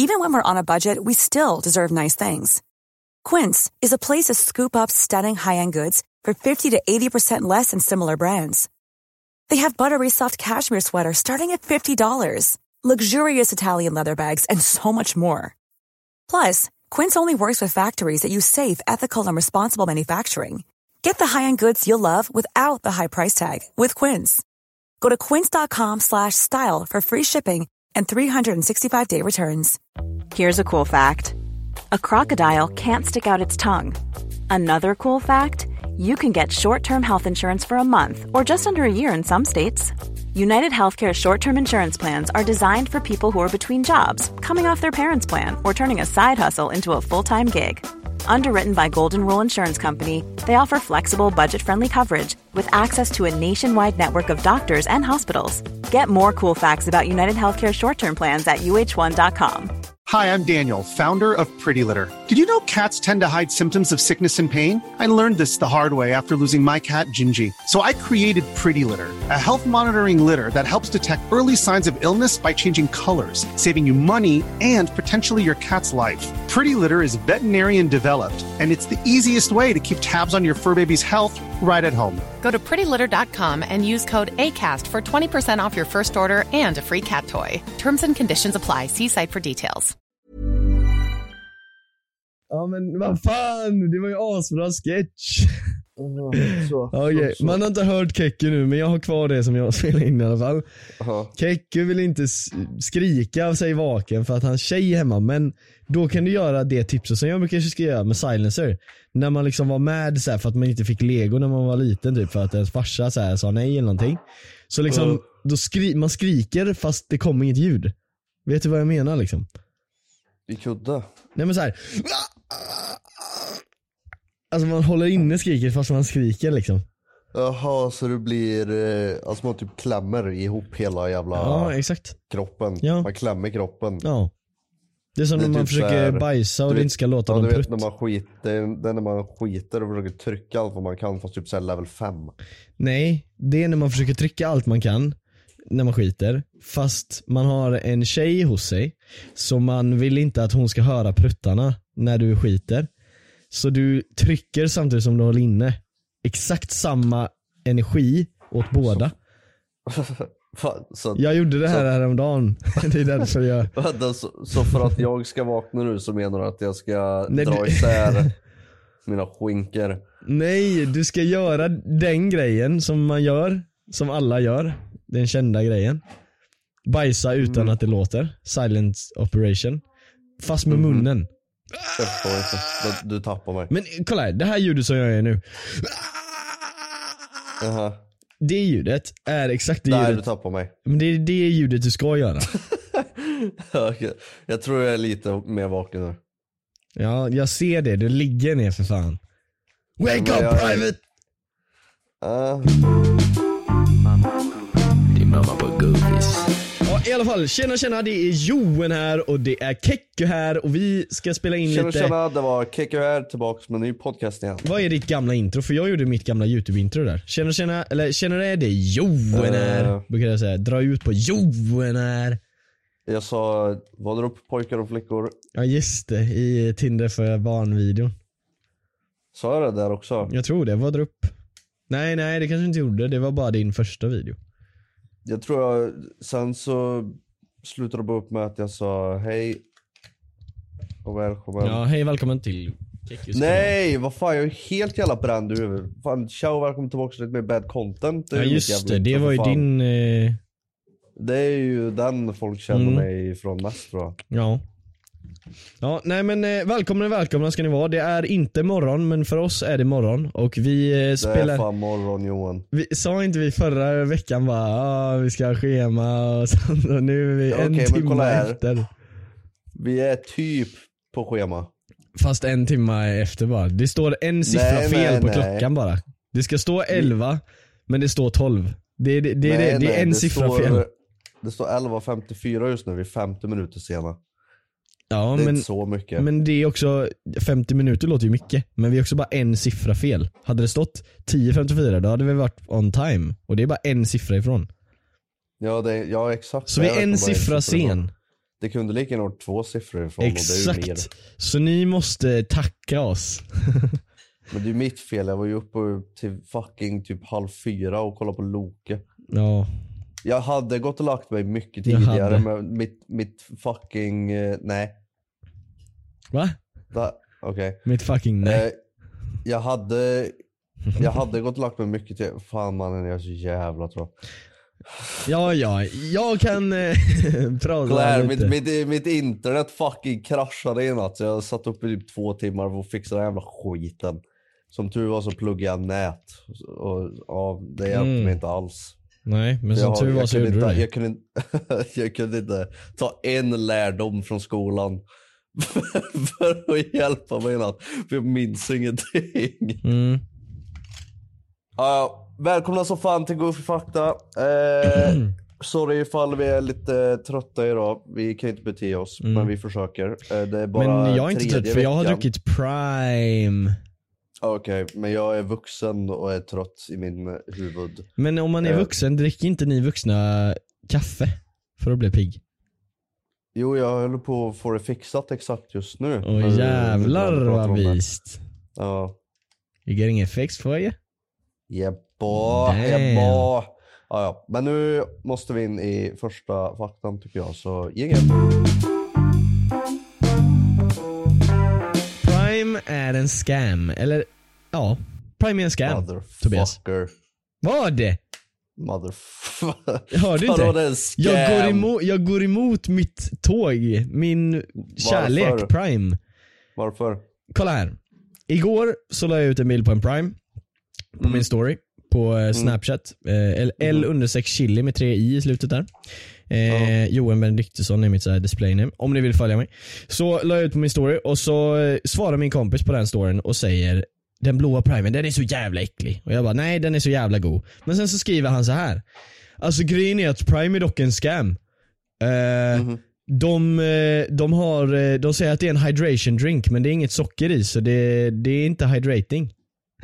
Even when we're on a budget, we still deserve nice things. Quince is a place to scoop up stunning high-end goods for 50 to 80% less than similar brands. They have buttery soft cashmere sweaters starting at $50, luxurious Italian leather bags, and so much more. Plus, Quince only works with factories that use safe, ethical, and responsible manufacturing. Get the high-end goods you'll love without the high price tag with Quince. Go to quince.com/style for free shipping and 365-day returns. Here's a cool fact. A crocodile can't stick out its tongue. Another cool fact, you can get short-term health insurance for a month or just under a year in some states. United Healthcare short-term insurance plans are designed for people who are between jobs, coming off their parents' plan, or turning a side hustle into a full-time gig. Underwritten by Golden Rule Insurance Company, they offer flexible, budget-friendly coverage with access to a nationwide network of doctors and hospitals. Get more cool facts about United Healthcare short-term plans at uh1.com. Hi, I'm Daniel, founder of Pretty Litter. Did you know cats tend to hide symptoms of sickness and pain? I learned this the hard way after losing my cat, Gingy. So I created Pretty Litter, a health monitoring litter that helps detect early signs of illness by changing colors, saving you money and potentially your cat's life. Pretty Litter is veterinarian developed, and it's the easiest way to keep tabs on your fur baby's health right at home. Go to prettylitter.com and use code ACAST for 20% off your first order and a free cat toy. Terms and conditions apply. See site for details. Ja men vad fan, det var ju asbra sketch. Okay. Man har inte hört Kekku nu, men jag har kvar det som jag spelar in i alla fall. Kekku vill inte skrika av sig vaken för att hans tjej är hemma, men då kan du göra det tipset som jag brukar göra med silencer. När man liksom var med så här, för att man inte fick Lego när man var liten typ, för att ens farsa så här, sa nej eller någonting. Så liksom, då man skriker fast det kommer inget ljud. Vet du vad jag menar liksom? I kudda. Nej men så här. Alltså man håller inne skriket fast man skriker liksom. Jaha, så det blir alltså man typ klämmer ihop hela jävla exakt. kroppen. Ja. Man klämmer kroppen. Ja. Det är som när man typ försöker bajsa och det inte ska låta någon prutt. När man skiter, det är när man skiter och försöker trycka allt vad man kan fast typ så här level 5. Nej, det är när man försöker trycka allt man kan när man skiter, fast man har en tjej hos sig, så man vill inte att hon ska höra pruttarna när du skiter. Så du trycker samtidigt som du håller inne. Exakt samma energi åt båda. Jag gjorde det här häromdagen. Det är därför jag... Så för att jag ska vakna nu så menar du att jag ska dra isär mina skinkor? Nej, du ska göra den grejen som man gör, som alla gör. Den kända grejen. Bajsa utan att det låter. Silent operation. Fast med munnen. Du tappar mig. Men kolla här, det här ljudet som jag gör nu. Det ljudet är exakt det ljudet. Nej, du tappar mig. Men det är det ljudet du ska göra. Okay. Jag tror jag är lite mer vaken nu. Ja, jag ser det. Du ligger ner för fan. Wake up, private! Mamma på godis. Ja, i alla fall, tjena, det är Joen här och det är Kekku här och vi ska spela in lite... Tjena, det var Kekku här, tillbaka med en ny podcast igen. Vad är ditt gamla intro? För jag gjorde mitt gamla YouTube-intro där. Tjena, eller känner det är Joen här, brukar jag säga. Dra ut på Joen här. Jag sa, vad drar upp pojkar och flickor? Ja, just det, i Tinder för barnvideon. Sa jag det där också? Jag tror det, vad drar upp? Nej, det kanske inte gjorde, det var bara din första video. Jag tror sen så slutade det upp med att jag sa hej och välkommen. Ja, hej, välkommen till Kekkus. Nej, vad fan, jag är helt jävla bränd över. Fan, ciao, välkommen tillbaka till lite mer bad content. Ja, just det var ju din... Det är ju den folk känner mig från mest, tror jag. Ja, nej men välkomna ska ni vara. Det är inte morgon, men för oss är det morgon. Och vi spelar... Det är fan morgon, Johan. Sa inte vi förra veckan bara vi ska ha schema och sånt, och nu är vi en timme efter. Vi är typ på schema. Fast en timme efter bara. Det står en siffra fel på klockan bara. Det ska stå 11, men det står 12. Det är en siffra fel. Det står 11.54 just nu, vi är 50 minuter sena. Ja, det är inte så mycket. Men det är också 50 minuter låter ju mycket, men vi är också bara en siffra fel. Hade det stått 10.54 då hade vi varit on time, och det är bara en siffra ifrån. Ja, exakt. Så vi är en siffra sen. Det kunde lika gärna 2 siffror ifrån. Exakt. Och det är ju mer. Så ni måste tacka oss. Men det är mitt fel, jag var ju uppe till fucking typ 3:30 och kollade på Loke. Ja. Jag hade gått och lagt mig mycket tidigare men mitt fucking nej. Va? Okej. Mitt fucking nej. Jag hade gått och lagt mig mycket till. Fan mannen, jag är så jävla trött. Ja, jag kan prata här, lite. mitt internet fucking kraschade i natt. Så jag satt upp i typ 2 timmar för att fixa den jävla skiten. Som tur var så pluggade jag nät. Och ja, det hjälpte mig inte alls. Nej, men som tur var så gjorde du det. Jag kunde inte ta en lärdom från skolan för att hjälpa mig natt. För jag minns ingenting. Välkomna så fan till Goofy Fakta. Sorry ifall vi är lite trötta idag. Vi kan inte bete oss, men vi försöker. Det är bara men jag är inte trött för jag har druckit Prime. Okej, men jag är vuxen och är trött i min huvud. Men om man är vuxen, dricker inte ni vuxna kaffe för att bli pigg? Jo, jag håller på att få det fixat exakt just nu. Åh jävlar vad vist. Ja. You getting a fix for you? Yeah boy. Ja. Men nu måste vi in i första faktan tycker jag, så gänget. Prime är en scam, eller ja, Prime är en scam, Tobias. Vad det? Motherfucker. Hörde inte? Jag går emot mitt tåg, min kärlek. Prime. Varför? Kolla här. Igår så la jag ut en bild på en Prime på min story på Snapchat. L_chili med 3 i slutet där. Johan Benediktusson är mitt display name. Om ni vill följa mig. Så la jag ut på min story och så svarar min kompis på den storyn och säger: den blåa Primen, den är så jävla äcklig. Och jag bara, nej den är så jävla god. Men sen så skriver han så här: alltså grejen är att Prime är dock en scam. De säger att det är en hydration drink, men det är inget socker i, så det är inte hydrating.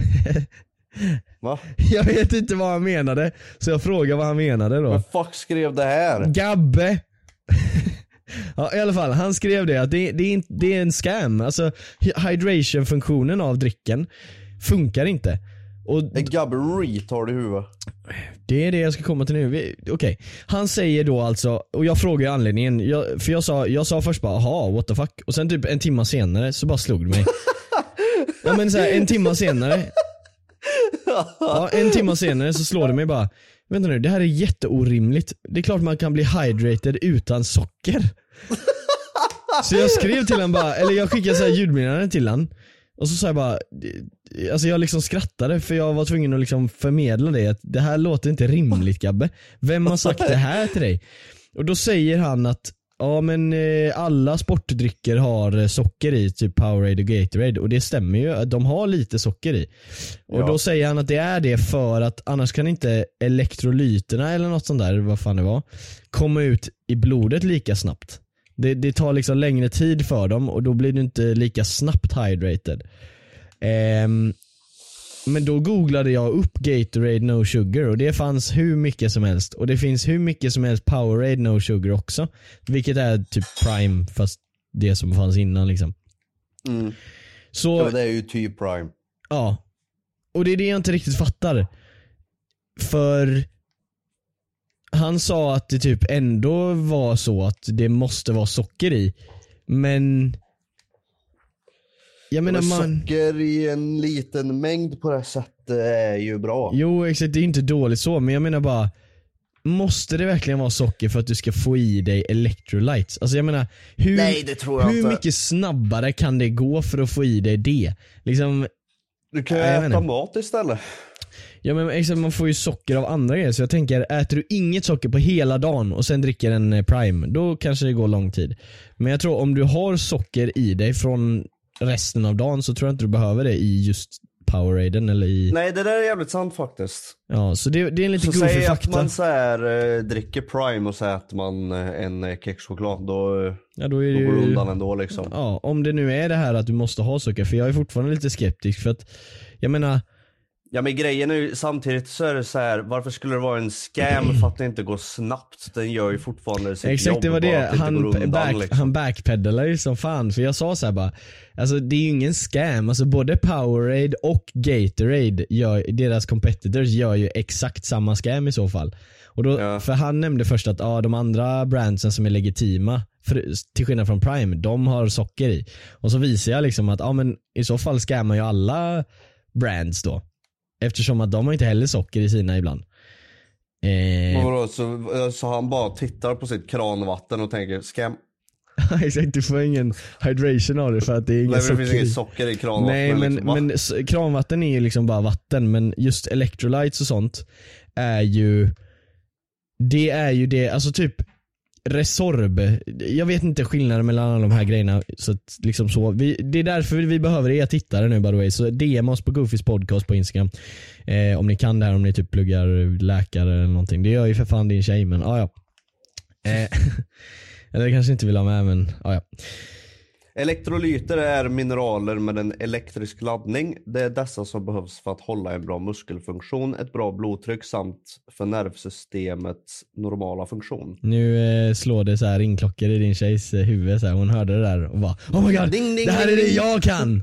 Va? Jag vet inte vad han menade, så jag frågar vad han menade då. Men fuck skrev det här? Gabbe. Ja, i alla fall, han skrev det att det är en scam. Alltså hydration-funktionen av dricken funkar inte. Och är Gabbe retard i huvudet? det är det jag ska komma till nu. Okej. Han säger då alltså, och jag frågar anledningen, jag sa först bara, aha, what the fuck. Och sen typ en timme senare så bara slog det mig. Ja men så här, en timme senare. Ja, en timme senare så slår det mig bara, vänta nu, det här är jätteorimligt. Det är klart man kan bli hydrated utan socker. Så jag skrev till han bara, eller jag skickade så här ljudmeddelande till han. Och så sa jag bara, alltså jag liksom skrattade för jag var tvungen att liksom förmedla det, att det här låter inte rimligt, Gabbe. Vem har sagt det här till dig? Och då säger han att ja men alla sportdrycker har socker i, typ Powerade och Gatorade, och det stämmer ju, de har lite socker i. Och då säger han att det är det för att annars kan inte elektrolyterna eller något sånt där, vad fan det var, komma ut i blodet lika snabbt. Det tar liksom längre tid för dem och då blir du inte lika snabbt hydrated. Men då googlade jag upp Gatorade No Sugar och det fanns hur mycket som helst. Och det finns hur mycket som helst Powerade No Sugar också. Vilket är typ Prime fast det som fanns innan liksom. Så, ja, det är ju typ Prime. Ja. Och det är det jag inte riktigt fattar. För han sa att det typ ändå var så att det måste vara socker i. Men jag menar socker i en liten mängd på det sättet är ju bra. Jo exakt, det är inte dåligt så, men jag menar bara, måste det verkligen vara socker för att du ska få i dig electrolytes? Alltså jag menar, nej, det tror jag hur inte. Mycket snabbare kan det gå för att få i dig det? Liksom, du kan ju äta mat istället. Ja men exakt, man får ju socker av andra grejer. Så jag tänker, äter du inget socker på hela dagen och sen dricker en Prime, då kanske det går lång tid. Men jag tror om du har socker i dig från resten av dagen så tror jag inte du behöver det i just Poweraden eller i... Nej, det där är jävligt sant faktiskt. Ja, så det är en lite goofy fakta. Så säg att man så här, dricker Prime och så äter man en kexchoklad, då går det undan ändå liksom. Ja, om det nu är det här att du måste ha socker, för jag är fortfarande lite skeptisk för att jag menar, Ja, men grejen är ju, samtidigt så är det så här, varför skulle det vara en scam för att det inte går snabbt? Den gör ju fortfarande sitt exakt, jobb. Det var det. Han backpedalar ju som fan. För jag sa så här bara, alltså det är ju ingen scam. Alltså både Powerade och Gatorade, deras competitors gör ju exakt samma scam i så fall. Och då, för han nämnde först att de andra brandsen som är legitima, till skillnad från Prime, de har socker i. Och så visar jag liksom att men i så fall scammar ju alla brands då. Eftersom att de har inte heller socker i sina ibland. Så han bara tittar på sitt kranvatten och tänker scam. Exakt, du får ingen hydration av det för att det är ingen socker. Det finns inget socker i kranvatten. Nej, men kranvatten är ju liksom bara vatten. Men just electrolytes och sånt är ju det, alltså typ Resorb, jag vet inte skillnaden mellan alla de här grejerna, så att liksom så, det är därför vi behöver er tittare nu by the way, så DM oss på Goofys podcast på Instagram om ni kan det här, om ni typ pluggar läkare eller någonting. Det gör ju för fan din tjej, men ja. Eller kanske inte vill ha med, men ja. Elektrolyter är mineraler med en elektrisk laddning. Det är dessa som behövs för att hålla en bra muskelfunktion, ett bra blodtryck samt för nervsystemets normala funktion. Nu slår det så här ringklockor i din tjejs huvud så här. Hon hörde det där och bara oh my god, ding, ding, det här är det jag kan.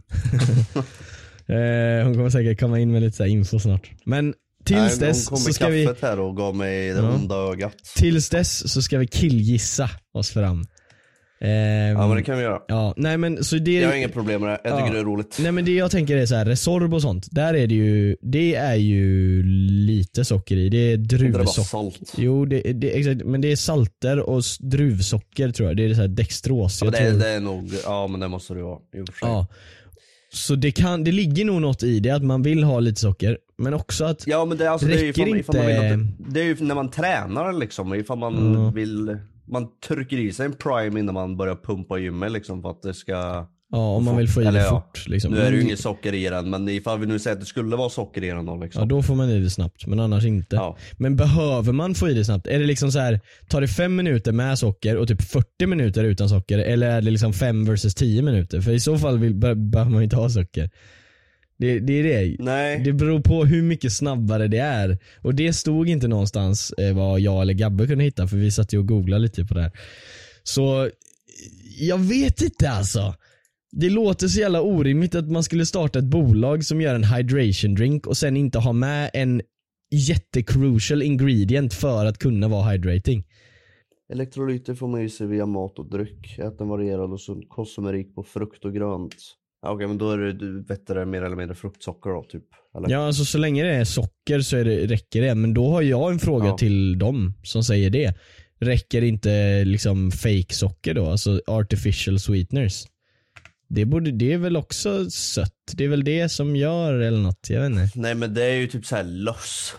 Hon kommer säkert komma in med lite så här info snart. Men tills dess så ska vi här och gav mig det onda ögat. Tills dess så ska vi killgissa oss fram. Ja, men det kan vi göra. Ja, nej men så det, jag har inga problem med det. Jag tycker det är roligt. Nej, men det jag tänker är så här, Resorb och sånt. Där är det är ju lite socker i. Det är druvsocker. Det är bara salt. Jo, det exakt, men det är salter och druvsocker tror jag. Det är så här dextros. Ja, det är nog, ja men det måste det vara i och för sig. Ja. Så det ligger nog något i det, att man vill ha lite socker, men också att ja, men det, alltså, räcker det är ju inte. Det är ju när man tränar liksom, ifall man vill, man trycker i sig en prime innan man börjar pumpa gymmet liksom, för att det ska om man vill få i det fort liksom. Nu är det ju inget socker i den, men ifall vi nu säger att det skulle vara socker i den då, liksom. Ja, då får man i det snabbt, men annars inte. Men behöver man få i det snabbt? Är det liksom så här, tar det 5 minuter med socker och typ 40 minuter utan socker, eller är det liksom 5 versus 10 minuter? För i så fall behöver man inte ha socker. Det är det. Nej. Det beror på hur mycket snabbare det är. Och det stod inte någonstans vad jag eller Gabbe kunde hitta, för vi satt ju och googlade lite på det här. Så jag vet inte alltså. Det låter så jävla orimligt att man skulle starta ett bolag som gör en hydration drink och sen inte ha med en jättecrucial ingredient för att kunna vara hydrating. Elektrolyter får man i sig via mat och dryck. Ät en varierad och sund kost som är rik på frukt och grönt. Okej, men då är det, du vet det, mer eller mindre fruktsocker då typ, eller? Ja, alltså så länge det är socker så räcker det. Men då har jag en fråga till dem som säger det. Räcker inte liksom fake socker då? Alltså artificial sweeteners? Det är väl också sött? Det är väl det som gör eller något, jag vet inte. Nej, men det är ju typ så här löss.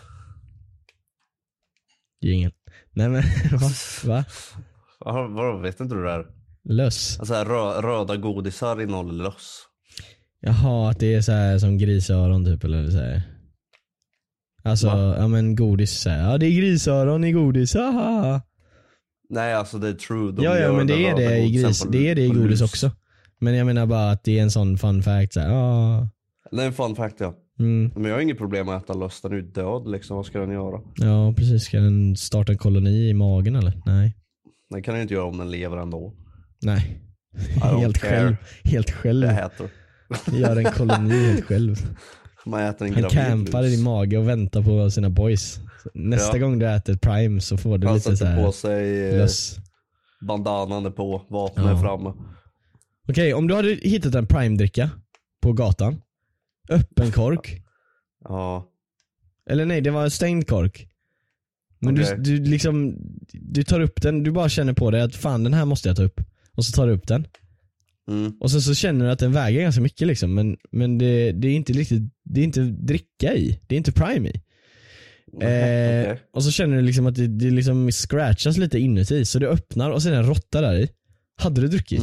Ingen. Nej men, va? Vad vet inte du det där? Löss? Alltså här, röda godisar innehåller löss. Jaha, att det är så här som grisöron typ, eller så här. Alltså, ja men godis så här. Ja, det är grisöron i godis. Haha. Nej, alltså det är true. Ja, men det är det i gris. Det är det i godis också. Men jag menar bara att det är en sån fun fact så här. Det är en fun fact, ja. Men jag har inget problem med att äta löss. Den är ju död liksom. Vad ska den göra? Ja, precis. Ska den starta en koloni i magen eller? Nej. Det kan den inte göra om den lever ändå. Nej. Helt själv. Det heter. Gör en koloni helt själv. Man äter en han campar i din mage och väntar på sina boys. Nästa gång du äter Prime så får du lite så här på sig löss. Bandanan är på, vapnen är framme. Okej, om du hade hittat en Prime-dricka på gatan, öppen kork. Ja. Eller nej, det var en stängd kork. Men du liksom, du tar upp den, du bara känner på dig att fan, den här måste jag ta upp. Och så tar du upp den. Och sen så känner du att den väger ganska mycket liksom, men det är inte riktigt, det är inte dricka i, det är inte Prime i. Och så känner du liksom att det liksom scratchas lite inuti, så du öppnar och sen är en råtta där i. Hade du druckit?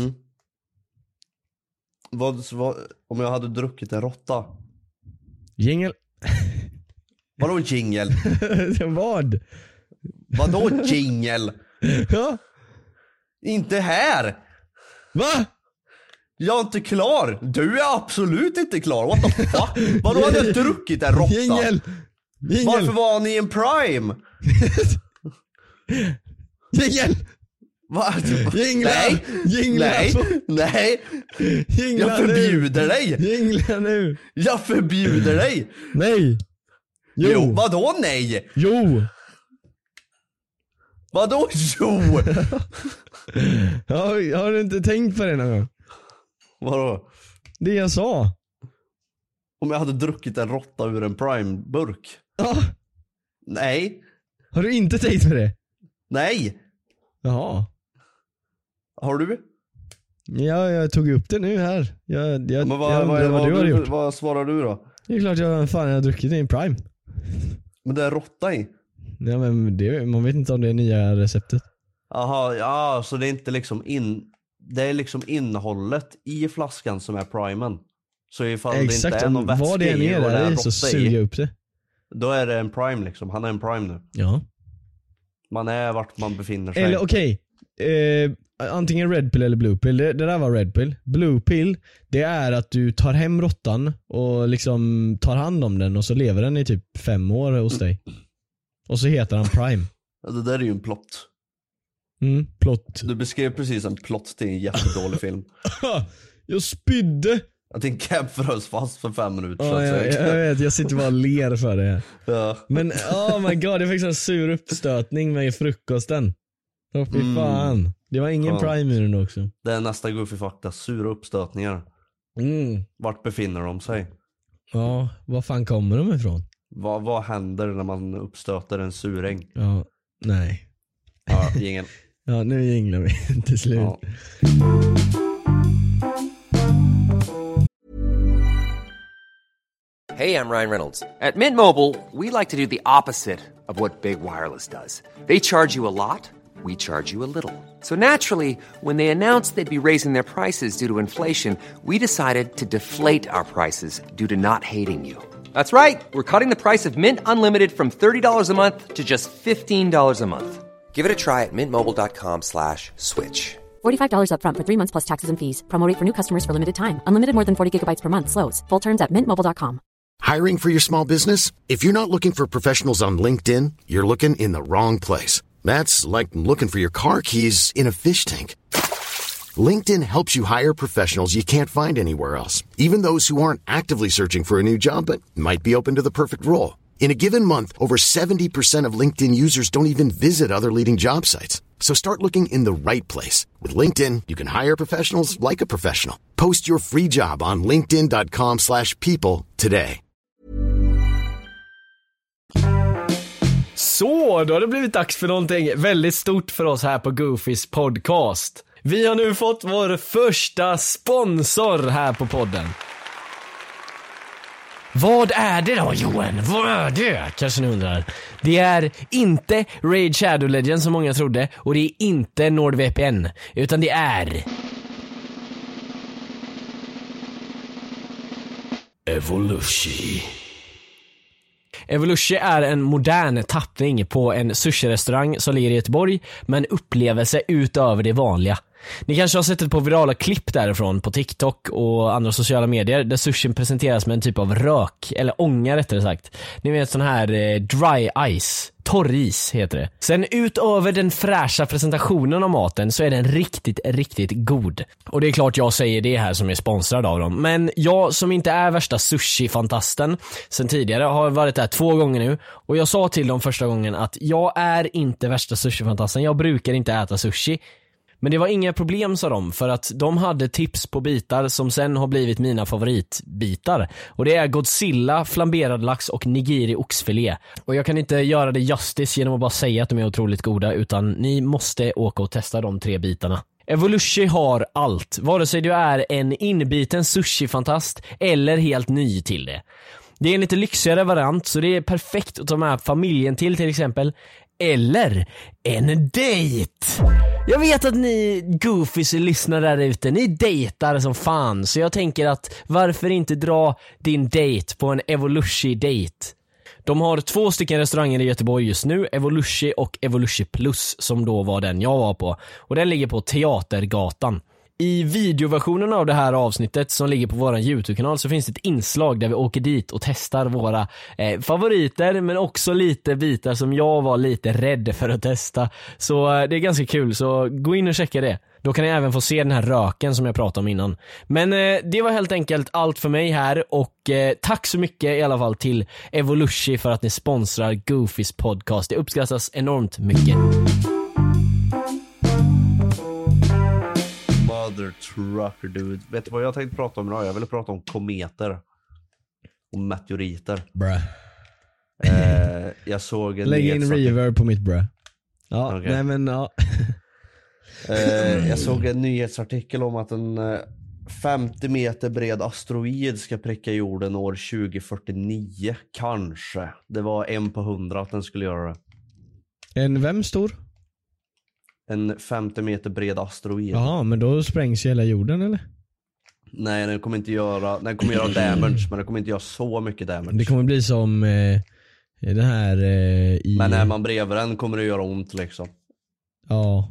Vad om jag hade druckit en råtta? Jingle. Vadå jingle? Vad? Vadå jingle? Ja. Inte här. Va? Jag är inte klar. Du är absolut inte klar. What the fuck? Vadå hade jag druckit en råtta? Jingel. Varför var ni i en prime? Jingel. Va? Jinglar. Nej. Jingla Jag förbjuder dig. Jingla nu. Jag förbjuder dig. Nej. Jo, vadå nej? Jo. Vadå jo? Har du inte tänkt på det någon gång? Vadå? Det jag sa. Om jag hade druckit en råtta ur en prime-burk? Ja. Nej. Har du inte tänkt på det? Nej. Jaha. Har du? Ja, jag tog upp det nu här. Vad svarar du då? Det är klart jag har druckit i en prime. Men det är råtta i. Ja, men man vet inte om det är nya receptet. Jaha, ja, så det är inte liksom det är liksom innehållet i flaskan som är primen. Så ifall exakt, det inte är någon vätska vad det är ner där så suger upp det. Då är det en prime liksom. Han är en prime nu. Ja. Man är vart man befinner sig. Eller okej. Antingen red pill eller blue pill. Det där var red pill. Blue pill, det är att du tar hem råttan och liksom tar hand om den och så lever den i typ 5 år hos dig. Och så heter han prime. Ja, det där är ju en plott. Plott. Du beskrev precis en plott till en jättedålig film. Jag spydde. Att din cap frös fast för 5 minuter. Ja, jag vet, jag sitter bara och ler för det. Ja. Men oh my god, jag fick en sur uppstötning med frukosten. Fy fan. Det var ingen prime i den också. Det är nästa goofy fakta, sura uppstötningar. Vart befinner de sig? Ja, var fan kommer de ifrån? Vad händer när man uppstöter en suräng? Ja, nej. Ja, ingen. Ja, nu jinglar vi till slut. Ja. Hey, I'm Ryan Reynolds. At Mint Mobile, we like to do the opposite of what Big Wireless does. They charge you a lot, we charge you a little. So naturally, when they announced they'd be raising their prices due to inflation, we decided to deflate our prices due to not hating you. That's right. We're cutting the price of Mint Unlimited from $30 a month to just $15 a month. Give it a try at mintmobile.com/switch. $45 up front for 3 months plus taxes and fees. Promo rate for new customers for limited time. Unlimited more than 40 gigabytes per month. Slows full terms at mintmobile.com. Hiring for your small business? If you're not looking for professionals on LinkedIn, you're looking in the wrong place. That's like looking for your car keys in a fish tank. LinkedIn helps you hire professionals you can't find anywhere else, even those who aren't actively searching for a new job but might be open to the perfect role. In a given month, over 70% of LinkedIn users don't even visit other leading job sites. So start looking in the right place. With LinkedIn, you can hire professionals like a professional. Post your free job on linkedin.com/people today. Så, då har det blivit dags för någonting väldigt stort för oss här på Goofys podcast. Vi har nu fått vår första sponsor här på podden. Vad är det då, Johan? Vad är det? Kanske ni undrar. Det är inte Raid Shadow Legends som många trodde, och det är inte NordVPN, utan det är Evolution. Evolution är en modern tappning på en sushi-restaurang som ligger i Göteborg, med en upplevelse utöver det vanliga. Ni kanske har sett ett par virala klipp därifrån på TikTok och andra sociala medier där sushin presenteras med en typ av rök, eller ånga rättare sagt. Ni vet sån här dry ice, torris heter det. Sen utöver den fräscha presentationen av maten så är den riktigt, riktigt god. Och det är klart jag säger det här som är sponsrad av dem. Men jag som inte är värsta sushi-fantasten sen tidigare har varit där 2 gånger nu. Och jag sa till dem första gången att jag är inte värsta sushi-fantasten. Jag brukar inte äta sushi. Men det var inga problem, sa de, för att de hade tips på bitar som sen har blivit mina favoritbitar. Och det är Godzilla, flamberad lax och nigiri oxfilé. Och jag kan inte göra det justice genom att bara säga att de är otroligt goda, utan ni måste åka och testa de 3 bitarna. Evolution har allt, vare sig du är en inbiten sushi-fantast eller helt ny till det. Det är en lite lyxigare variant, så det är perfekt att ta med familjen till exempel. Eller en dejt. Jag vet att ni goofies lyssnar där ute, ni dejtar som fan. Så jag tänker att varför inte dra din dejt på en Evolution-dejt. De har 2 stycken restauranger i Göteborg just nu, Evolution och Evolution Plus, som då var den jag var på. Och den ligger på Teatergatan. I videoversionen av det här avsnittet som ligger på vår YouTube-kanal så finns det ett inslag där vi åker dit och testar våra favoriter, men också lite bitar som jag var lite rädd för att testa. Så det är ganska kul, så gå in och checka det. Då kan ni även få se den här röken som jag pratade om innan. Men det var helt enkelt allt för mig här, och tack så mycket i alla fall till Evolution för att ni sponsrar Goofys podcast. Det uppskattas enormt mycket. Mother trucker dude. Vet du vad jag tänkte prata om idag? Jag ville prata om kometer och meteoriter. Jag såg en lägg in reverb på mitt Ja, okay. Nej men ja. Jag såg en nyhetsartikel om att en 50 meter bred asteroid ska pricka jorden år 2049. Kanske. Det var 1 på 100 att den skulle göra det. En vem stor? En 50 meter bred asteroid. Jaha, men då sprängs ju hela jorden eller? Nej, den kommer göra damage, men den kommer inte göra så mycket damage. Det kommer bli som den här Men när man bredvid den kommer det göra ont liksom. Ja.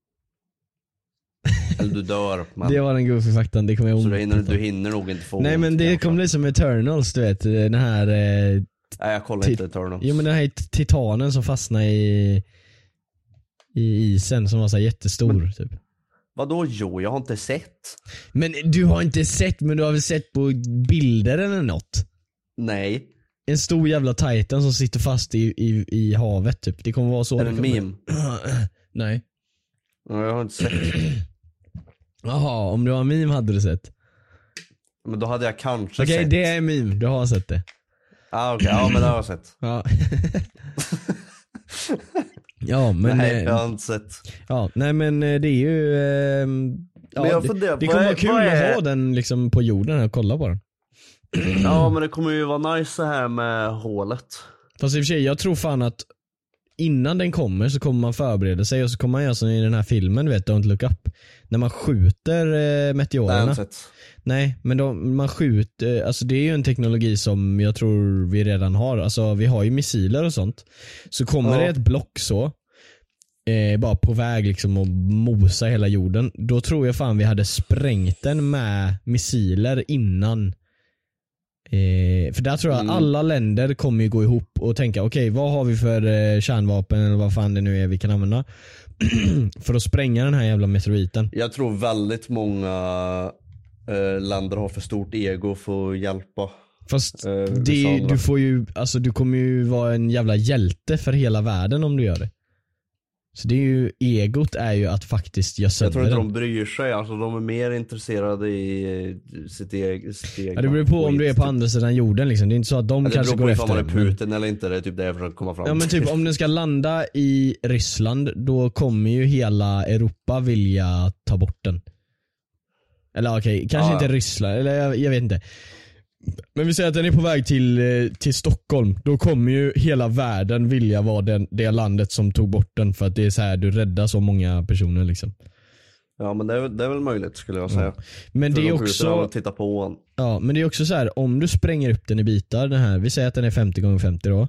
Eller du dör. Men... Det var den goofy faktan, det kommer jag så du hinner nog inte få. Nej, men det kommer bli som Eternals, du vet. Den här nej, jag kollar inte Eternals. Jo, men den här titanen som fastnade i isen som var så jättestor men, typ. Vadå jo? Jag har inte sett. Men du har inte sett, men du har väl sett på bilder eller något? Nej. En stor jävla titan som sitter fast i havet typ. Det kommer vara så. Är det en meme? Nej. Ja, jag har inte sett. Jaha, om du har en meme hade du sett. Men då hade jag kanske sett. Okej, det är en meme, du har sett det. Okej, ja men det har jag sett. Ja. Ja, men nej, jag har inte sett. Ja, nej men det är ju ja, det kommer vara kul att ha den liksom på jorden och kolla på den. Ja, men det kommer ju vara nice så här med hålet. Fast i och för sig, jag tror fan att innan den kommer så kommer man förbereda sig och så kommer man göra som i den här filmen, du vet, Don't Look Up. När man skjuter meteorerna. Nej, men man skjuter, alltså det är ju en teknologi som jag tror vi redan har. Alltså vi har ju missiler och sånt. Så kommer det ett block så bara på väg liksom och mosa hela jorden. Då tror jag fan vi hade sprängt den med missiler innan. För där tror jag alla länder kommer ju gå ihop och tänka okej, vad har vi för kärnvapen eller vad fan det nu är vi kan använda för att spränga den här jävla meteoriten. Jag tror väldigt många länder har för stort ego för att hjälpa. Fast du får ju, alltså du kommer ju vara en jävla hjälte för hela världen om du gör det. Så det är ju, egot är ju att faktiskt göra sönder. Jag tror inte de bryr sig, alltså de är mer intresserade i sitt eget. Ja, det beror på om du är på andra sidan jorden liksom. Det är inte så att de kanske går efter. Det beror på om man är Putin eller inte, det är typ det för att komma fram. Ja, men typ om den ska landa i Ryssland, då kommer ju hela Europa vilja ta bort den. Eller okej, kanske inte Ryssland, eller jag vet inte. Men vi säger att den är på väg till Stockholm. Då kommer ju hela världen vilja vara det landet som tog bort den. För att det är så här, du räddar så många personer liksom. Ja, men det är väl möjligt skulle jag säga. Men för det är också titta på den. Ja, men det är också så här, om du spränger upp den i bitar, den här, vi säger att den är 50x50 då.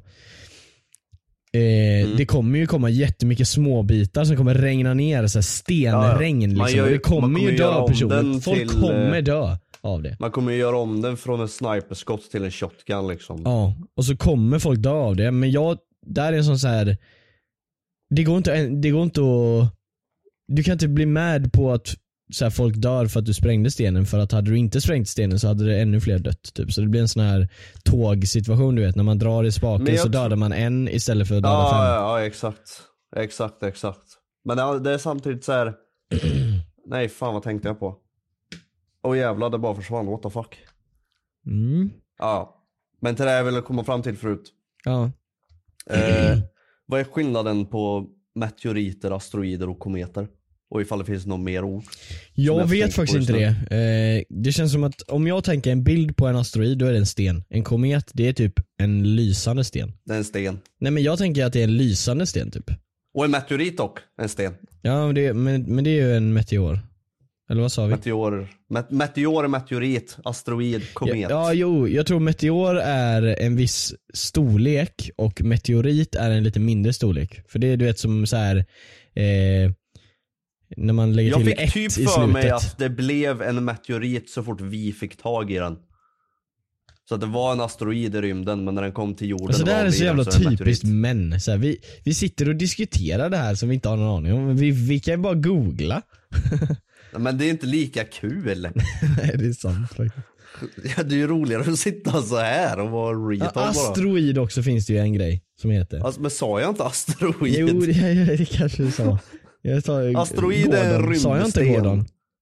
Det kommer ju komma jättemycket små bitar som kommer regna ner, så här stenregn liksom. Och det kommer ju dö personer. Folk kommer dö av det. Man kommer ju göra om den från en sniperskott till en shotgun liksom. Ja, och så kommer folk dö av det. Men där är en sån så här. Det går inte att. Du kan inte bli med på att så här, folk dör för att du sprängde stenen. För att hade du inte sprängt stenen så hade det ännu fler dött typ. Så det blir en sån här tågsituation, du vet. När man drar i spaken så dödar man en istället för att döda 5. Ja, exakt. Men det är samtidigt så här. Nej, fan vad tänkte jag på? Åh jävlar, det bara försvann, what the fuck. Ja, men till det jag ville komma fram till förut. Ja. Vad är skillnaden på meteoriter, asteroider och kometer? Och ifall det finns någon mer ord? Jag vet faktiskt inte det. Det känns som att om jag tänker en bild på en asteroid, då är det en sten. En komet, det är typ en lysande sten. Det är en sten. Nej, men jag tänker att det är en lysande sten typ. Och en meteorit dock, en sten. Ja, men det är ju en meteor. Eller vad sa vi? Meteor, meteorit, asteroid, komet. Ja, jag tror meteor är en viss storlek och meteorit är en lite mindre storlek. För det är, du vet, som så här När man lägger till ett i slutet. Jag fick typ för mig att det blev en meteorit så fort vi fick tag i den. Så att det var en asteroid i rymden, men när den kom till jorden... Alltså det här är så jävla typiskt män. Så här, vi sitter och diskuterar det här som vi inte har någon aning om. Vi kan ju bara googla. Men det är inte lika kul. Nej, det är sant faktiskt. Ja, det är ju roligare att sitta så här och vara retard bara. Asteroid också finns det ju en grej som heter. Alltså, men sa jag inte asteroid? Jo, det kanske du sa. Asteroid är en rymdsten. Sa jag inte Gordon?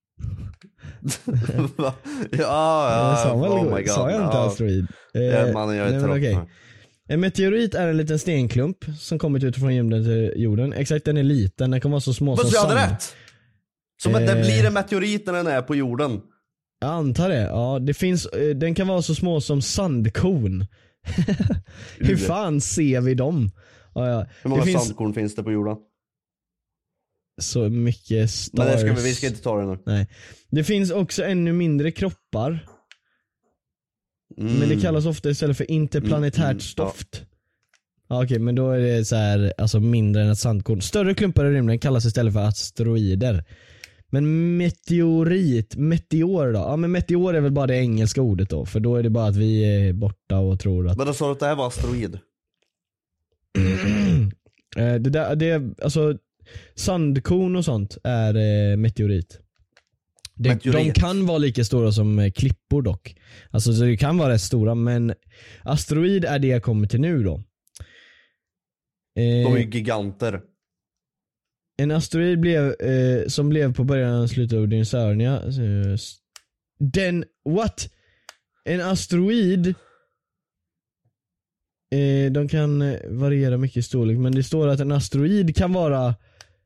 Oh my god. Sa jag inte asteroid? Mannen, jag är trött. Okay. En meteorit är en liten stenklump som kommit utifrån rymden till jorden. Exakt, den är liten, den kan vara så små som sand. Jag hade rätt! Som att det blir en meteorit när den är på jorden. Jag antar det, ja. Det finns, den kan vara så små som sandkorn. Hur fan ser vi dem? Ja. Hur många sandkorn finns det på jorden? Så mycket stars. Men vi ska inte ta det nu. Nej. Det finns också ännu mindre kroppar. Men det kallas ofta istället för interplanetärt stoft. Ja, okej, men då är det så här, alltså mindre än ett sandkorn. Större klumpar i rymden kallas istället för asteroider. Men meteor då? Ja, men meteor är väl bara det engelska ordet då. För då är det bara att vi är borta och tror att... Men då sa du att det här var asteroid? Alltså sandkorn och sånt är meteorit. De kan vara lika stora som klippor dock. Alltså så det kan vara rätt stora, men asteroid är det jag kommer till nu då. De är ju giganter. En asteroid som blev på början och slutet av dinosaurierna. En asteroid de kan variera mycket i storlek, men det står att en asteroid kan vara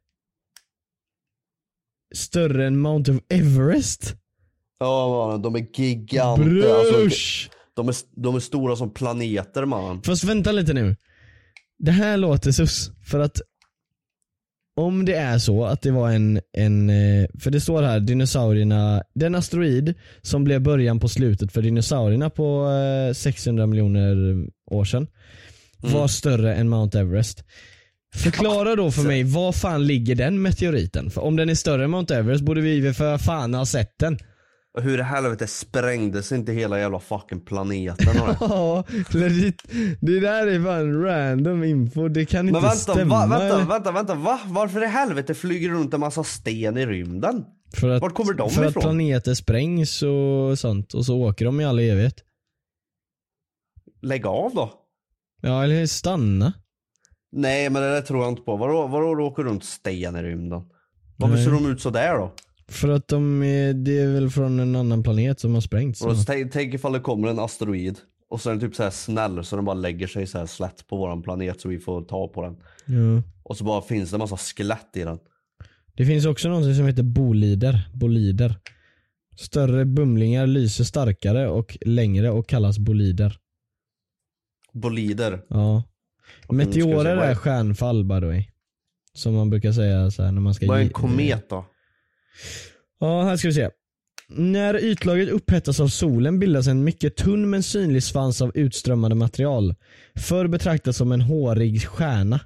större än Mount Everest. Ja, de är giganter. Alltså, de är stora som planeter, man. Fast vänta lite nu. Det här låter sus. För att om det är så att det var för det står här, dinosaurierna, den asteroid som blev början på slutet för dinosaurierna på 600 miljoner år sedan var större än Mount Everest. Förklara då för mig, var fan ligger den meteoriten? För om den är större än Mount Everest borde vi för fan ha sett den. Och hur i helvete sprängdes inte hela jävla fucking planeten? Ja, det där är fan random info. Det kan inte stämma. Vänta, va? Varför i helvete flyger runt en massa sten i rymden? Vart kommer de ifrån? För att planeter sprängs och sånt. Och så åker de i all evighet. Lägg av då. Ja, eller stanna. Nej, men det där tror jag inte på. Vadå åker runt sten i rymden? Varför ser de ut så där då? För att det är väl från en annan planet som har sprängts. Tänk ifall det kommer en asteroid och så är den typ så här snäll så den bara lägger sig så här slätt på våran planet så vi får ta på den. Ja. Och så bara finns det en massa skelett i den. Det finns också något som heter bolider. Större bumlingar lyser starkare och längre och kallas bolider. Bolider? Ja. Meteorer är stjärnfall by the way. Som man brukar säga så här när man ska... Vad är en komet då? Ja, här ska vi se. När ytlagret upphettas av solen bildas en mycket tunn men synlig svans av utströmmande material. Förr betraktas som en hårig stjärna.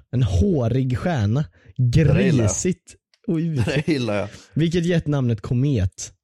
Grisigt. Det gillar jag. Vilket gett namnet komet.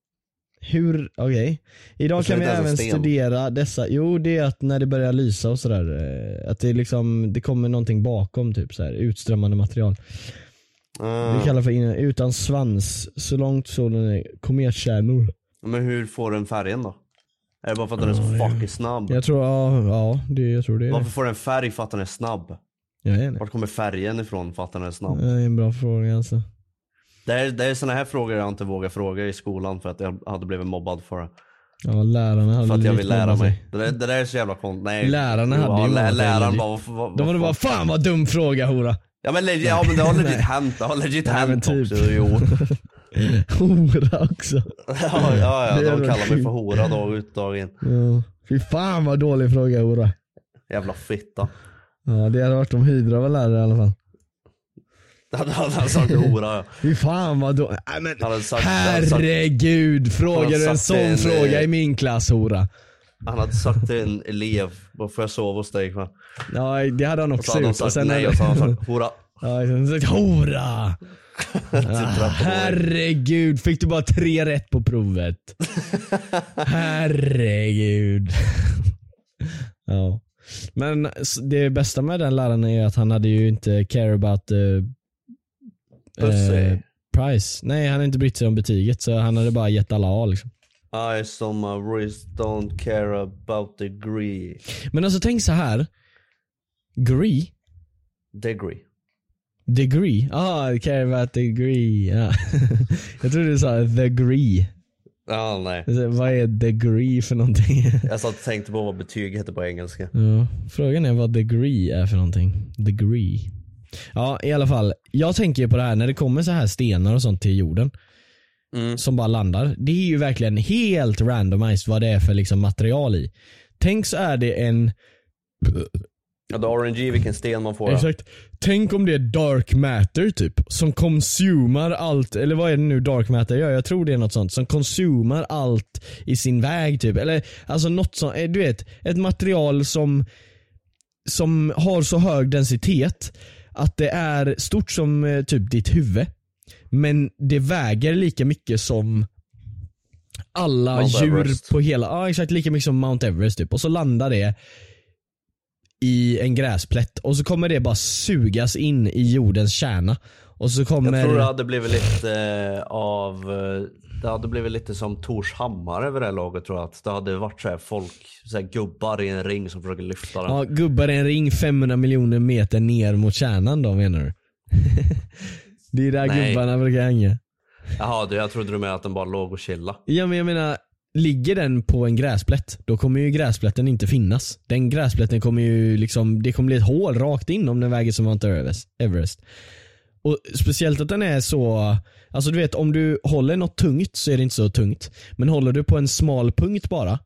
Okej. Idag kan vi även studera dessa. Jo, det är att när det börjar lysa och sådär, att det liksom, det kommer någonting bakom typ så här, utströmmande material. Det kallar för utan svans så långt solen är kometkärnor. Men hur får den färgen då? Är det bara för att den är så fucking snabb? Jag tror jag tror det är. Varför får den färg för att den är snabb? Vart kommer färgen ifrån för att den är snabb? Det är en bra fråga alltså. Det är såna här frågor jag inte vågar fråga i skolan för att jag hade blivit mobbad för det. Ja, lärarna hade för att jag vill lära mig. Det där är så jävla konstigt. Nej. Lärarna hade ju läraren bara de var det bara fan vad dum fråga, hora. Ja men det har legit hänt. Det har legit hänt typ. Också. Jo. Hora också. Ja, de kallar mig för hora dag ut dag in. Ja. Fy fan vad dålig fråga, hora. Jävla fitta. Ja, det hade varit om Hydra var lärare i alla fall. Han hade sagt hora, ja. Fy fan vad då. Herregud, frågar du en sån fråga i min klass, hora? Han hade sagt till en elev, vad får jag sova hos dig? Ja, det hade han också gjort. Och sen nej, och så hade han sagt, Ja, hora! Herregud, fick du bara 3 rätt på provet? Herregud. Ja. Men det bästa med den läraren är att han hade ju inte care about price. Nej, han hade inte brytt sig om betyget, så han hade bara gett alla A liksom. I some don't care about degree. Men alltså tänk så här. Degree. Care about degree. Ja. Jag trodde du sa degree. Ja, nej. Vad är degree för någonting? Jag satt och tänkte på vad betyg heter på engelska. Ja, frågan är vad degree är för någonting. Degree. Ja, i alla fall. Jag tänker på det här när det kommer så här stenar och sånt till jorden. Som bara landar. Det är ju verkligen helt randomized vad det är för liksom material i. Tänk så är det en... Ja, det är RNG vilken sten man får. Exakt. Tänk om det är dark matter typ, som konsumar allt, eller vad är det nu dark matter gör? Jag tror det är något sånt, som konsumar allt i sin väg typ. Eller alltså något sånt, du vet, ett material som har så hög densitet att det är stort som typ ditt huvud. Men det väger lika mycket som alla Mount djur Everest. på hela, ja exakt, lika mycket som Mount Everest typ. Och så landar det i en gräsplätt och så kommer det bara sugas in i jordens kärna. Och så kommer... Jag tror det hade blivit lite det hade blivit lite som Tors hammare över det här laget, tror jag. Att det hade varit så här folk, så här gubbar i en ring som försöker lyfta den. Ja, gubbar i en ring 500 miljoner meter ner mot kärnan då, menar du? Det är där gubbarna brukar hänga. Jaha, jag trodde du med att den bara låg och chilla. Ja, men jag menar, ligger den på en gräsplätt, då kommer ju gräsplätten inte finnas. Den gräsplätten kommer ju liksom, det kommer bli ett hål rakt in om den väger som Mount Everest. Och speciellt att den är så, alltså du vet, om du håller något tungt så är det inte så tungt. Men håller du på en smal punkt bara,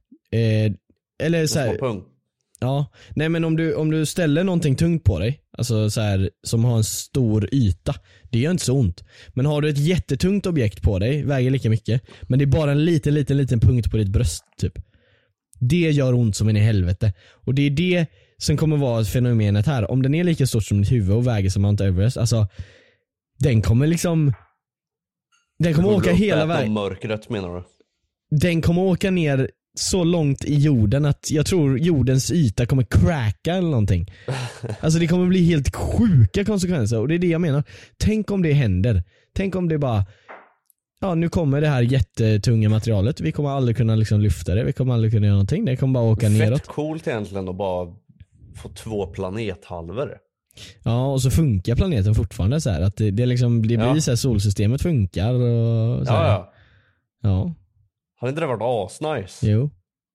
eller så här, ja, nej men om du ställer någonting tungt på dig, alltså så här, som har en stor yta, det gör inte så ont. Men har du ett jättetungt objekt på dig, väger lika mycket, men det är bara en liten punkt på ditt bröst typ. Det gör ont som en i helvete. Och det är det som kommer vara fenomenet här. Om den är lika stort som ditt huvud och väger som Mount Everest, alltså den kommer liksom, den kommer åka hela vägen. Mörkret menar du? Den kommer åka ner så långt i jorden att jag tror jordens yta kommer cracka eller någonting. Alltså det kommer bli helt sjuka konsekvenser, och det är det jag menar. Tänk om det händer. Tänk om det bara, ja, nu kommer det här jättetunga materialet, vi kommer aldrig kunna liksom lyfta det, vi kommer aldrig kunna göra någonting, det kommer bara åka neråt. Fett coolt egentligen att bara få 2 planethalvor. Ja, och så funkar planeten fortfarande så här, att det liksom, det blir så här, solsystemet funkar och så här. Ja. Hade inte det varit asnice? Jo.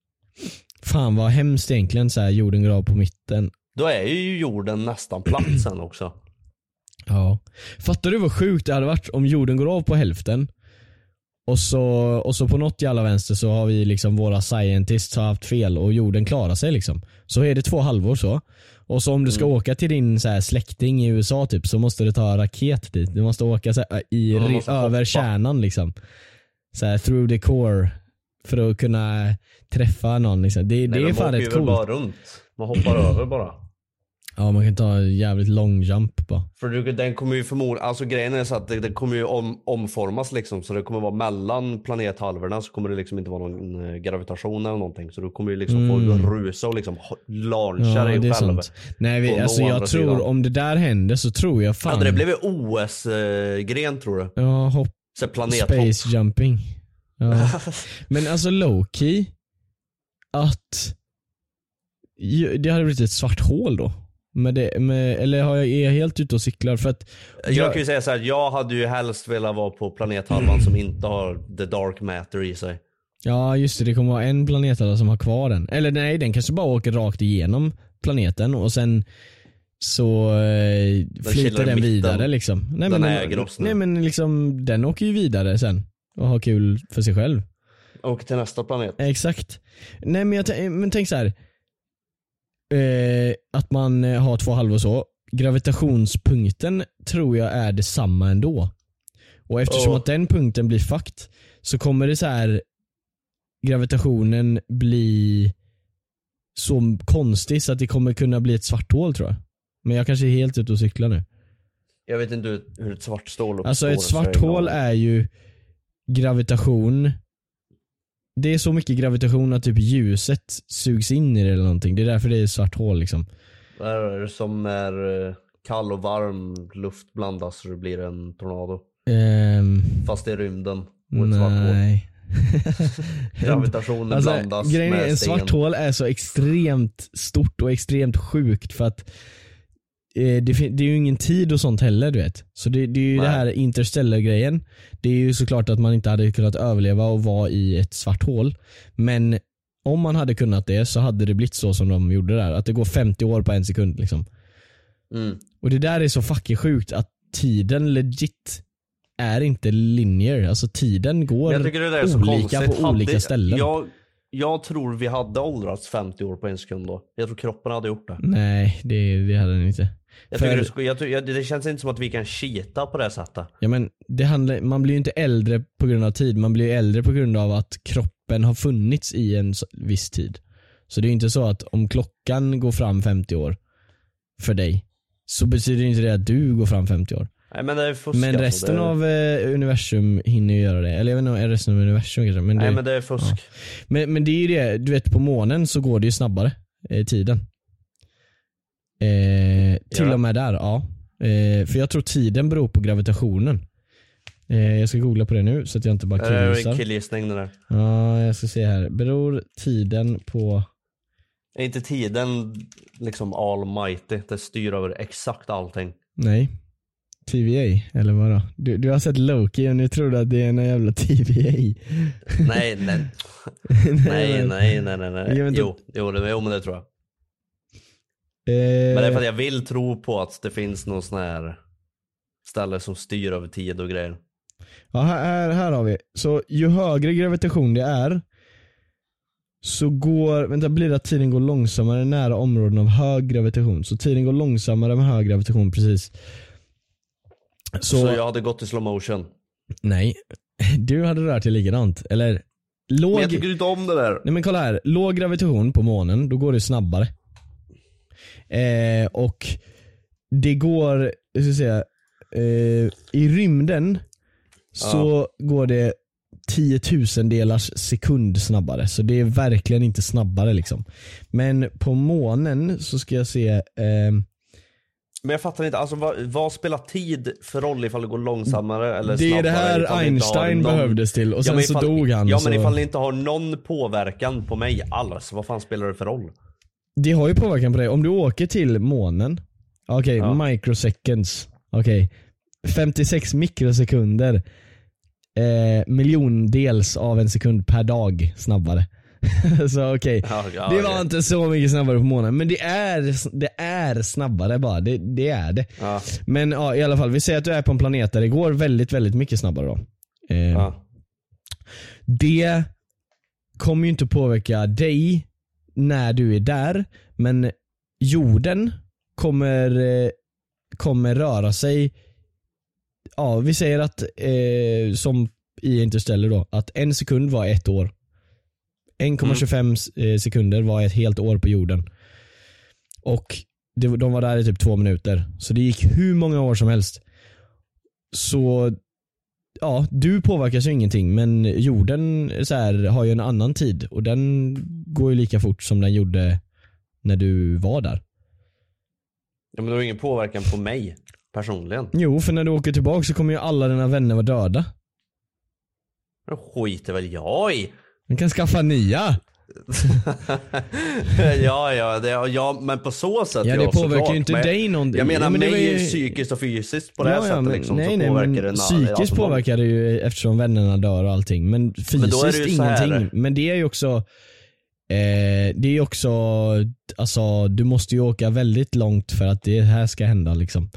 Fan vad hemskt egentligen, så här, jorden går av på mitten. Då är ju jorden nästan platt sen också. Ja. Fattar du vad sjukt det hade varit om jorden går av på hälften och så på något jävla vänster så har vi liksom, våra scientists har haft fel och jorden klarar sig liksom. Så är det 2 halvor så. Och så om du ska åka till din så här släkting i USA typ, så måste du ta raket dit. Du måste åka så här, över kärnan liksom. Så här, through the core, för att kunna träffa någon liksom. Det är fan rätt coolt. Bara runt. Man hoppar över bara. Ja, man kan ta en jävligt lång jump bara. För den kommer ju förmodligen, alltså grejen är så att det kommer ju omformas liksom, så det kommer vara mellan planethalvorna, så kommer det liksom inte vara någon gravitation eller någonting, så du kommer ju liksom få rusa och liksom launcha dig själv. Sant. Nej, alltså jag tror sidan. Om det där händer så tror jag fan. Hade det blivit OS-gren tror du? Ja, space jumping. Ja. Men alltså low-key att det hade blivit ett svart hål då. Eller är jag helt ute och cyklar? För att jag kan ju säga så här, jag hade ju helst velat vara på planethalvan som inte har the dark matter i sig. Ja just det kommer vara en planethalva som har kvar den. Eller nej, den kanske bara åker rakt igenom planeten och sen så flyter den vidare liksom. Nej men liksom, den åker ju vidare sen och har kul för sig själv. Och till nästa planet. Exakt. Nej men tänk så här. Att man har 2 halvor så. Gravitationspunkten tror jag är detsamma ändå. Och eftersom att den punkten blir fakt, så kommer det så här, gravitationen bli så konstig så att det kommer kunna bli ett svart hål tror jag. Men jag kanske är helt ute och cyklar nu. Jag vet inte hur ett svart stål uppstår. Alltså ett svart hål är ju gravitation. Det är så mycket gravitation att typ ljuset sugs in i det eller någonting. Det är därför det är ett svart hål liksom. Det är som när kall och varm luft blandas så det blir en tornado. Fast det är rymden och ett svart hål. Gravitationen alltså, blandas grejen med är, en svart hål är så extremt stort och extremt sjukt för att det är ju ingen tid och sånt heller, du vet. Så det är ju det här interstellar-grejen. Det är ju såklart att man inte hade kunnat överleva och vara i ett svart hål. Men om man hade kunnat det så hade det blivit så som de gjorde där. Att det går 50 år på en sekund liksom. Och det där är så fucking sjukt att tiden legit är inte linear. Alltså tiden går olika på olika ställen. Jag tror vi hade åldrats 50 år på en sekund då. Jag tror kroppen hade gjort det. Nej, det hade den inte. Det känns inte som att vi kan cheata på det sättet. Ja, men man blir ju inte äldre på grund av tid. Man blir äldre på grund av att kroppen har funnits i en viss tid. Så det är ju inte så att om klockan går fram 50 år för dig så betyder inte det att du går fram 50 år. Nej, men det är fusk. Men resten av universum hinner ju göra det. Eller jag vet inte, är resten av universum kanske. Men nej, men det är fusk. Ja. Men det är ju det, du vet, på månen så går det ju snabbare tiden. Till och med där, ja. För jag tror tiden beror på gravitationen. Jag ska googla på det nu så att jag inte bara killgissar. Det är en killgissning det där. Ja, jag ska se här. Beror tiden på... Är inte tiden liksom almighty? Det styr över exakt allting. Nej. TVA, eller vadå? Du har sett Loki och nu tror du att det är en jävla TVA. Nej. nej. Jo, men det tror jag. Men det är för att jag vill tro på att det finns någon sån här ställe som styr över tid och grejer. Ja, här har vi. Så ju högre gravitation det är så blir det att tiden går långsammare nära områden av hög gravitation. Så tiden går långsammare med hög gravitation, precis. Så jag hade gått i slow motion. Nej, du hade rört dig likadant. Eller låg... Men jag tycker inte om det där. Nej, men kolla här, låg gravitation på månen, då går det snabbare. Och det går, jag ska säga, i rymden så går det 10 000-delars sekund snabbare. Så det är verkligen inte snabbare liksom. Men på månen så ska jag se... Men jag fattar inte, alltså vad spelar tid för roll ifall det går långsammare eller snabbare? Det är det här Einstein behövdes till och sen så dog han. Ja, men ifall det inte har någon påverkan på mig alls, vad fan spelar det för roll? Det har ju påverkan på dig. Om du åker till månen, microseconds, 56 mikrosekunder, miljondels av en sekund per dag snabbare. Så det var inte så mycket snabbare på månen, men det är snabbare bara, det är det. Men i alla fall, vi säger att du är på en planet där det går väldigt, väldigt mycket snabbare då. Det kommer ju inte påverka dig när du är där, men jorden kommer röra sig. Ja, vi säger att som i Interstellar då, att en sekund var 1 år. 1,25 sekunder var ett helt år på jorden. Och de var där i typ 2 minuter. Så det gick hur många år som helst. Så ja, du påverkas ju ingenting, men jorden så här, har ju en annan tid och den går ju lika fort som den gjorde när du var där. Ja, men det har ingen påverkan på mig personligen. Jo, för när du åker tillbaka så kommer ju alla dina vänner vara döda. Det skiter väl jag i. Man kan skaffa nya. ja, men på så sätt. Ja, det påverkar ju inte dig någon. Jag menar mig psykiskt och fysiskt på det här sättet liksom, nej, så påverkar det. Psykiskt påverkar det ju eftersom vännerna dör och allting. Men fysiskt ingenting. Men det är ju också alltså du måste ju åka väldigt långt för att det här ska hända liksom.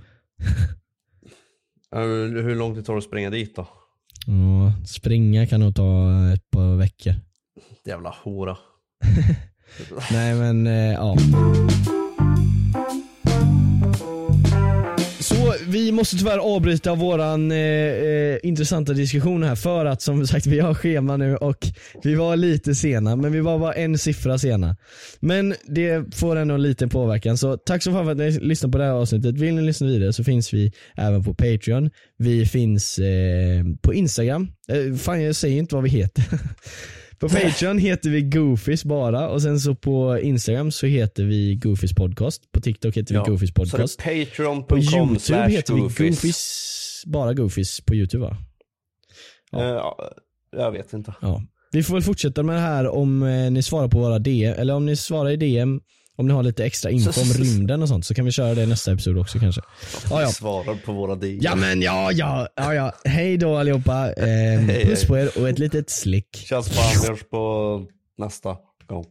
Hur långt det tar att springa dit då? Ja, springa kan nog ta ett par veckor. Jävla hora. Nej, men ja. Så vi måste tyvärr avbryta våran intressanta diskussion här för att som sagt vi har schema nu och vi var lite sena, men vi var bara en siffra sena. Men det får ändå en liten påverkan, så tack så fan för att ni lyssnar på det här avsnittet. Vill ni lyssna vidare så finns vi även på Patreon. Vi finns på Instagram. Fan, jag säger inte vad vi heter. På Patreon heter vi Goofies bara, och sen så på Instagram så heter vi Goofies podcast. På TikTok heter vi Goofies podcast. Så det är patreon.com/goofies. På YouTube heter vi Goofies, bara Goofies på YouTube, va? Ja. Jag vet inte. Ja. Vi får väl fortsätta med det här om ni svarar på våra DM, eller om ni svarar i DM om ni har lite extra info om rymden och sånt, så kan vi köra det i nästa episod också kanske. Ja. Svarar på våra DM. Ja men ja. Hej då allihopa. Puss på er och ett litet slick. Känns fan på nästa gång.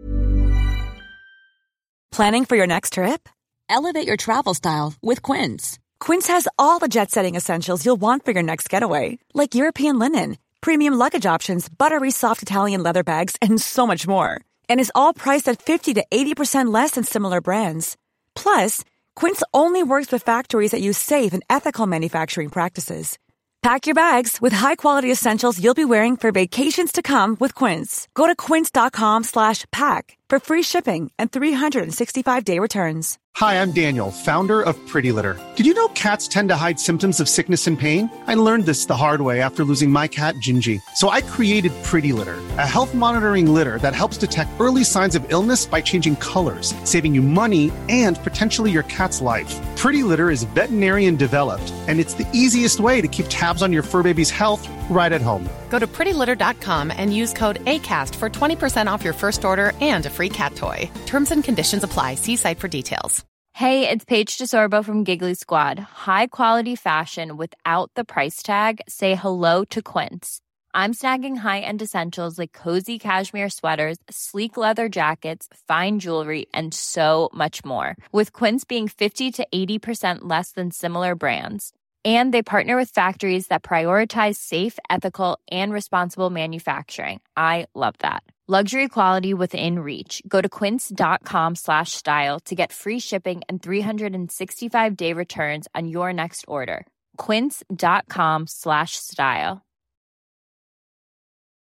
Planning for your next trip? Elevate your travel style with Quince. Quince has all the jet-setting essentials you'll want for your next getaway, like European linen, premium luggage options, buttery soft Italian leather bags, and so much more. And is all priced at 50 to 80% less than similar brands. Plus, Quince only works with factories that use safe and ethical manufacturing practices. Pack your bags with high-quality essentials you'll be wearing for vacations to come with Quince. Go to quince.com/pack for free shipping and 365-day returns. Hi, I'm Daniel, founder of Pretty Litter. Did you know cats tend to hide symptoms of sickness and pain? I learned this the hard way after losing my cat, Gingy. So I created Pretty Litter, a health monitoring litter that helps detect early signs of illness by changing colors, saving you money and potentially your cat's life. Pretty Litter is veterinarian developed, and it's the easiest way to keep tabs on your fur baby's health right at home. Go to prettylitter.com and use code ACAST for 20% off your first order and a free cat toy. Terms and conditions apply. See site for details. Hey, it's Paige DeSorbo from Giggly Squad. High quality fashion without the price tag. Say hello to Quince. I'm snagging high-end essentials like cozy cashmere sweaters, sleek leather jackets, fine jewelry, and so much more. With Quince being 50 to 80% less than similar brands. And they partner with factories that prioritize safe, ethical, and responsible manufacturing. I love that. Luxury quality within reach. Go to quince.com/style to get free shipping and 365-day returns on your next order. Quince.com/style.